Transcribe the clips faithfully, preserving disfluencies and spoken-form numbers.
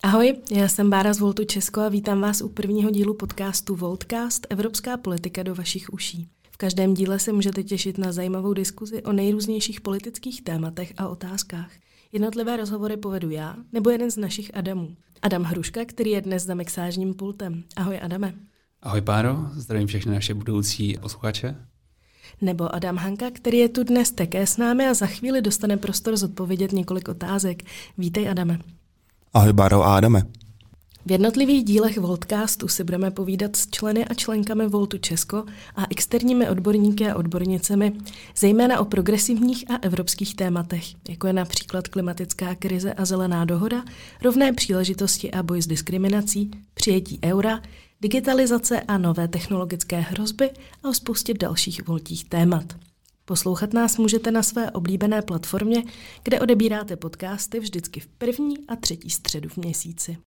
Ahoj, já jsem Bára z Voltu Česko a vítám vás u prvního dílu podcastu Voltcast Evropská politika do vašich uší. V každém díle se můžete těšit na zajímavou diskuzi o nejrůznějších politických tématech a otázkách. Jednotlivé rozhovory povedu já nebo jeden z našich Adamů. Adam Hruška, který je dnes za mixážním pultem. Ahoj Adame. Ahoj Báro, zdravím všechny naše budoucí posluchače. Nebo Adam Hanka, který je tu dnes také s námi a za chvíli dostane prostor zodpovědět několik otázek. Vítej Adame. Ahoj Báro a Adame. V jednotlivých dílech Voltcastu si budeme povídat s členy a členkami Voltu Česko a externími odborníky a odbornicemi, zejména o progresivních a evropských tématech, jako je například klimatická krize a zelená dohoda, rovné příležitosti a boj s diskriminací, přijetí eura, digitalizace a nové technologické hrozby a o spoustě dalších voltích témat. Poslouchat nás můžete na své oblíbené platformě, kde odebíráte podcasty vždycky v první a třetí středu v měsíci.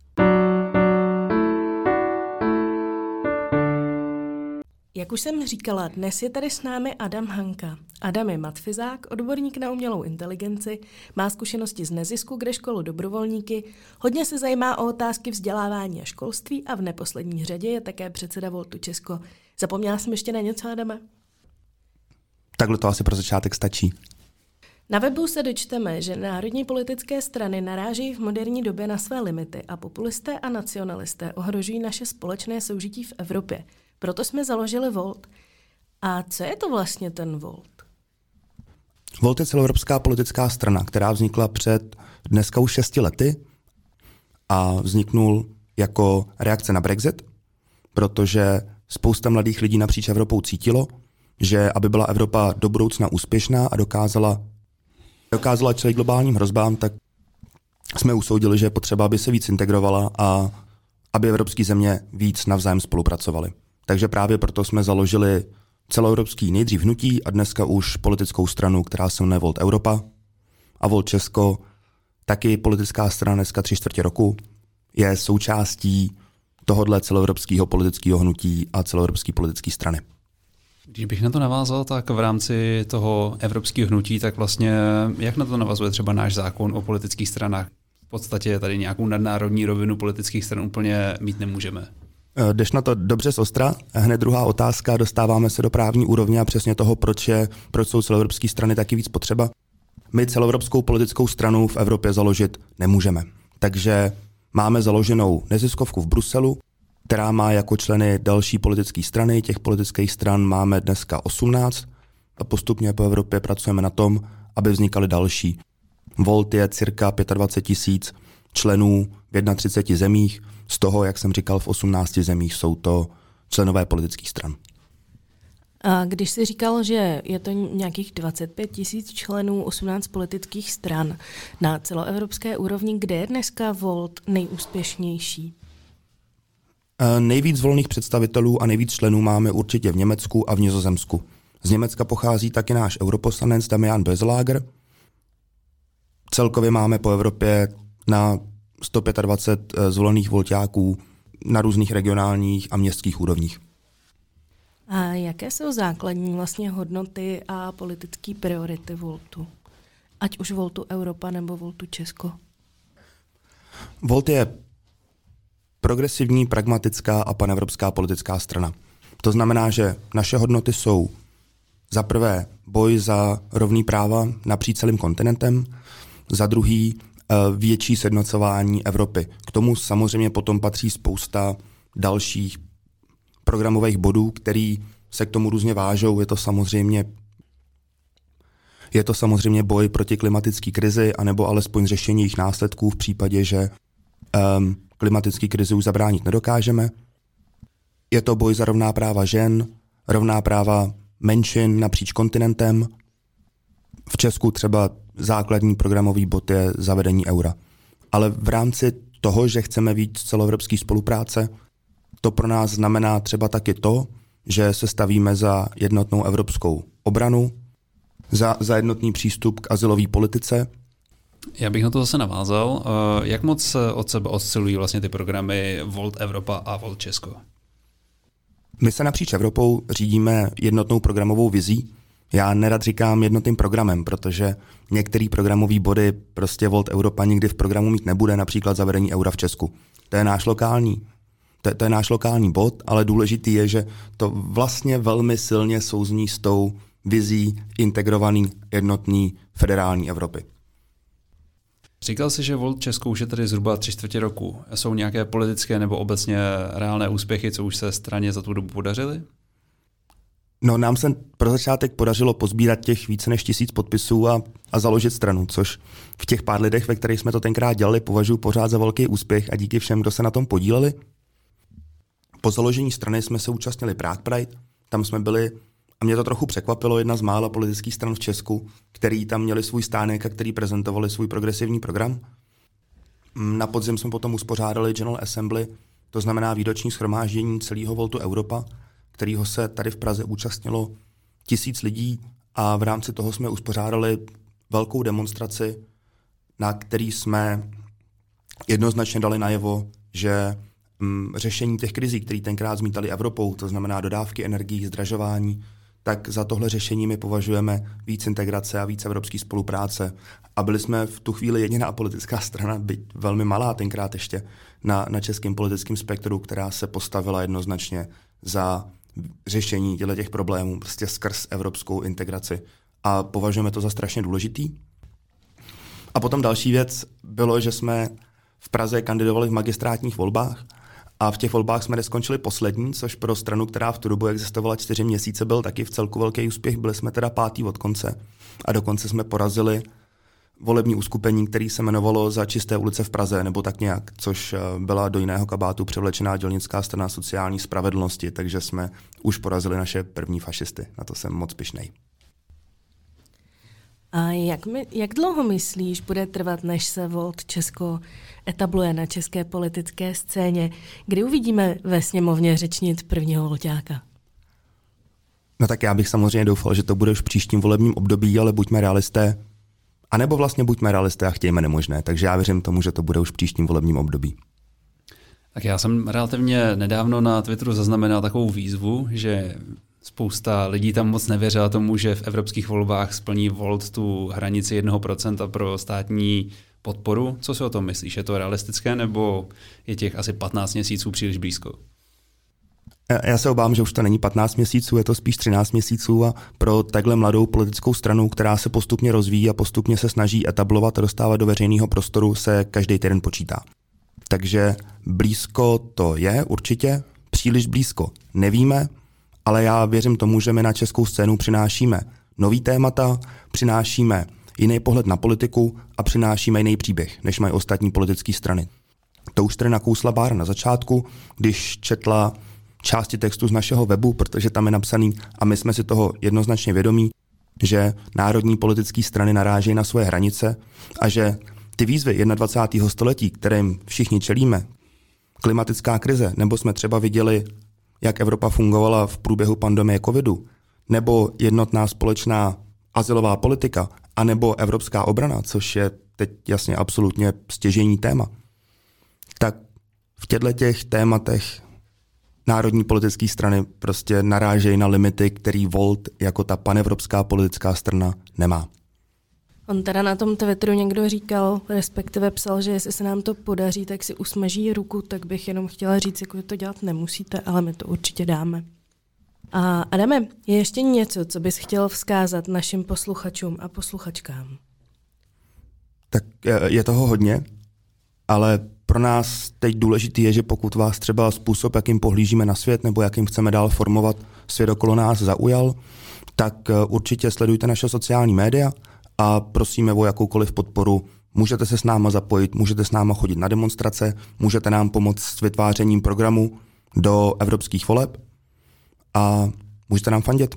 Jak už jsem říkala, dnes je tady s námi Adam Hanka. Adam je matfyzák, odborník na umělou inteligenci, má zkušenosti z nezisku, kde školu dobrovolníky, hodně se zajímá o otázky vzdělávání a školství a v neposlední řadě je také předseda Voltu Česko. Zapomněla jsem ještě na něco, Adame? Takhle to asi pro začátek stačí. Na webu se dočteme, že národní politické strany narážejí v moderní době na své limity a populisté a nacionalisté ohrožují naše společné soužití v Evropě. Proto jsme založili Volt. A co je to vlastně ten Volt? Volt je celoevropská politická strana, která vznikla před dneska už šesti lety a vzniknul jako reakce na Brexit, protože spousta mladých lidí napříč Evropou cítilo, že aby byla Evropa do budoucna úspěšná a dokázala, dokázala čelit globálním hrozbám, tak jsme usoudili, že je potřeba, aby se víc integrovala a aby evropské země víc navzájem spolupracovaly. Takže právě proto jsme založili celoevropský nejdřív hnutí a dneska už politickou stranu, která se jmenuje Volt Europa. A Volt Česko, taky politická strana dneska tři čtvrtě roku, je součástí tohodle celoevropského politického hnutí a celoevropské politické strany. Když bych na to navázal, tak v rámci toho evropského hnutí, tak vlastně jak na to navazuje třeba náš zákon o politických stranách? V podstatě tady nějakou nadnárodní rovinu politických stran úplně mít nemůžeme. Jdeš na to dobře z ostra. Hned druhá otázka, dostáváme se do právní úrovně a přesně toho, proč, je, proč jsou celoevropské strany taky víc potřeba. My celoevropskou politickou stranu v Evropě založit nemůžeme. Takže máme založenou neziskovku v Bruselu, která má jako členy další politické strany. Těch politických stran máme dneska osmnáct a postupně po Evropě pracujeme na tom, aby vznikaly další. Volt je cirka dvacet pět tisíc členů v třiceti jedné zemích, z toho, jak jsem říkal, v osmnácti zemích jsou to členové politických stran. A když jsi říkal, že je to nějakých dvacet pět tisíc členů, osmnáct politických stran na celoevropské úrovni, kde je dneska Volt nejúspěšnější? Nejvíc zvolených představitelů a nejvíc členů máme určitě v Německu a v Nizozemsku. Z Německa pochází taky náš europoslanec Damian Böselager. Celkově máme po Evropě na sto dvacet pět zvolených volťáků na různých regionálních a městských úrovních. A jaké jsou základní vlastně hodnoty a politické priority Voltu? Ať už Voltu Europa nebo Voltu Česko. Volt je progresivní, pragmatická a panevropská politická strana. To znamená, že naše hodnoty jsou za prvé boj za rovný práva napříč celým kontinentem, za druhý větší sjednocování Evropy. K tomu samozřejmě potom patří spousta dalších programových bodů, který se k tomu různě vážou. Je to samozřejmě, je to samozřejmě boj proti klimatické krizi, anebo alespoň řešení jejich následků v případě, že um, klimatické krizi už zabránit nedokážeme. Je to boj za rovná práva žen, rovná práva menšin napříč kontinentem. V Česku třeba základní programový bod je zavedení eura. Ale v rámci toho, že chceme víc celoevropské spolupráce, to pro nás znamená třeba taky to, že se stavíme za jednotnou evropskou obranu, za, za jednotný přístup k azylové politice. Já bych na to zase navázal. Jak moc od sebe oscilují vlastně ty programy Volt Evropa a Volt Česko? My se napříč Evropou řídíme jednotnou programovou vizí, Já nerad říkám jednotným programem, protože některý programový body prostě Volt Europa nikdy v programu mít nebude, například zavedení eura v Česku. To je náš lokální, to, to je náš lokální bod, ale důležitý je, že to vlastně velmi silně souzní s tou vizí integrovaný jednotný federální Evropy. Říkal jsi, že Volt Česko už je tady zhruba tři čtvrtě roku. Jsou nějaké politické nebo obecně reálné úspěchy, co už se straně za tu dobu podařily? No, nám se pro začátek podařilo pozbírat těch více než tisíc podpisů a, a založit stranu, což v těch pár lidech, ve kterých jsme to tenkrát dělali, považuji pořád za velký úspěch a díky všem, kdo se na tom podíleli. Po založení strany jsme se účastnili Prague Pride, tam jsme byli, a mě to trochu překvapilo, jedna z mála politických stran v Česku, který tam měli svůj stánek a který prezentovali svůj progresivní program. Na podzim jsme potom uspořádali General Assembly, to znamená výroční shromáždění celého Voltu Europa, kterého se tady v Praze účastnilo tisíc lidí a v rámci toho jsme uspořádali velkou demonstraci, na který jsme jednoznačně dali najevo, že mm, řešení těch krizí, které tenkrát zmítali Evropou, to znamená dodávky energií, zdražování, tak za tohle řešení my považujeme víc integrace a víc evropské spolupráce. A byli jsme v tu chvíli jediná politická strana, byť velmi malá tenkrát ještě, na, na českém politickém spektru, která se postavila jednoznačně za řešení těch problémů prostě skrz evropskou integraci. A považujeme to za strašně důležitý. A potom další věc bylo, že jsme v Praze kandidovali v magistrátních volbách a v těch volbách jsme neskončili poslední, což pro stranu, která v tu dobu existovala čtyři měsíce, byl taky v celku velký úspěch. Byli jsme teda pátý od konce a dokonce jsme porazili volební uskupení, který se jmenovalo Za čisté ulice v Praze, nebo tak nějak, což byla do jiného kabátu převlečená dělnická strana sociální spravedlnosti, takže jsme už porazili naše první fašisty. Na to jsem moc pyšnej. A jak, my, jak dlouho myslíš, bude trvat, než se Volt Česko etabluje na české politické scéně? Kdy uvidíme ve sněmovně řečnit prvního volťáka? No tak já bych samozřejmě doufal, že to bude už v příštím volebním období, ale buďme realisté. A nebo vlastně buďme realisté a chtějme nemožné. Takže já věřím tomu, že to bude už v příštím volebním období. Tak já jsem relativně nedávno na Twitteru zaznamenal takovou výzvu, že spousta lidí tam moc nevěřila tomu, že v evropských volbách splní Volt tu hranici jednoho procenta pro státní podporu. Co si o tom myslíš? Je to realistické nebo je těch asi patnáct měsíců příliš blízko? Já se obávám, že už to není patnáct měsíců, je to spíš třináct měsíců a pro takhle mladou politickou stranu, která se postupně rozvíjí a postupně se snaží etablovat a dostávat do veřejného prostoru, se každý týden počítá. Takže blízko to je určitě, příliš blízko nevíme, ale já věřím tomu, že my na českou scénu přinášíme nový témata, přinášíme jiný pohled na politiku a přinášíme jiný příběh, než mají ostatní politické strany. To už tady nakousla Bára na začátku, když četla části textu z našeho webu, protože tam je napsaný a my jsme si toho jednoznačně vědomí, že národní politické strany narážejí na svoje hranice a že ty výzvy dvacátého prvního století, kterým všichni čelíme, klimatická krize, nebo jsme třeba viděli, jak Evropa fungovala v průběhu pandemie covidu, nebo jednotná společná azylová politika, anebo evropská obrana, což je teď jasně absolutně stěžejní téma, tak v těchto těch tématech národní politické strany prostě narážejí na limity, který Volt jako ta panevropská politická strana nemá. On teda na tom Twitteru někdo říkal, respektive psal, že jestli se nám to podaří, tak si usmaží ruku, tak bych jenom chtěla říct, jako to dělat nemusíte, ale my to určitě dáme. A Adame, je ještě něco, co bys chtěl vzkázat našim posluchačům a posluchačkám? Tak je toho hodně, ale pro nás teď důležitý je, že pokud vás třeba způsob, jakým pohlížíme na svět nebo jakým chceme dál formovat svět okolo nás zaujal, tak určitě sledujte naše sociální média a prosíme o jakoukoliv podporu. Můžete se s náma zapojit, můžete s náma chodit na demonstrace, můžete nám pomoct s vytvářením programu do evropských voleb a můžete nám fandit.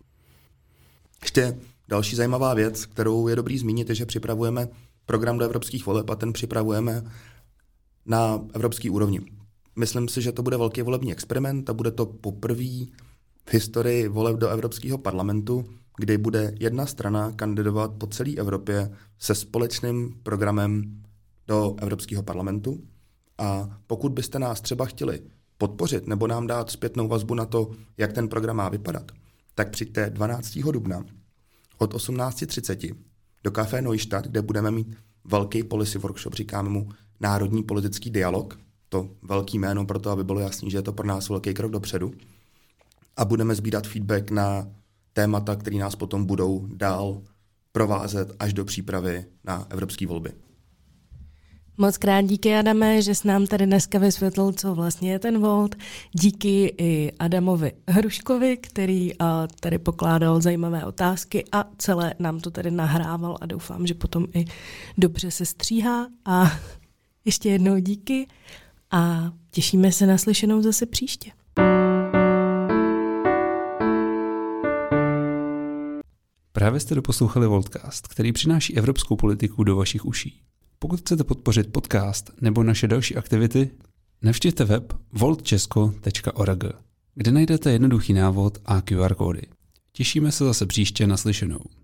Ještě další zajímavá věc, kterou je dobrý zmínit, je, že připravujeme program do evropských voleb a ten připravujeme na evropské úrovni. Myslím si, že to bude velký volební experiment a bude to poprvé v historii voleb do Evropského parlamentu, kdy bude jedna strana kandidovat po celé Evropě se společným programem do Evropského parlamentu. A pokud byste nás třeba chtěli podpořit nebo nám dát zpětnou vazbu na to, jak ten program má vypadat, tak přijďte dvanáctého dubna od osmnáct třicet do Café Neustadt, kde budeme mít velký policy workshop, říkáme mu Národní politický dialog, to velký jméno pro to, aby bylo jasný, že je to pro nás velký krok dopředu. A budeme sbírat feedback na témata, které nás potom budou dál provázet až do přípravy na evropské volby. Moc krát díky, Adame, že jsi nám tady dneska vysvětlil, co vlastně je ten Volt. Díky i Adamovi Hruškovi, který tady pokládal zajímavé otázky a celé nám to tady nahrával a doufám, že potom i dobře se stříhá. A ještě jednou díky a těšíme se na slyšenou zase příště. Právě jste doposlouchali Voltcast, který přináší evropskou politiku do vašich uší. Pokud chcete podpořit podcast nebo naše další aktivity, navštivte web volt česko tečka org, kde najdete jednoduchý návod a Q R kódy. Těšíme se zase příště na slyšenou.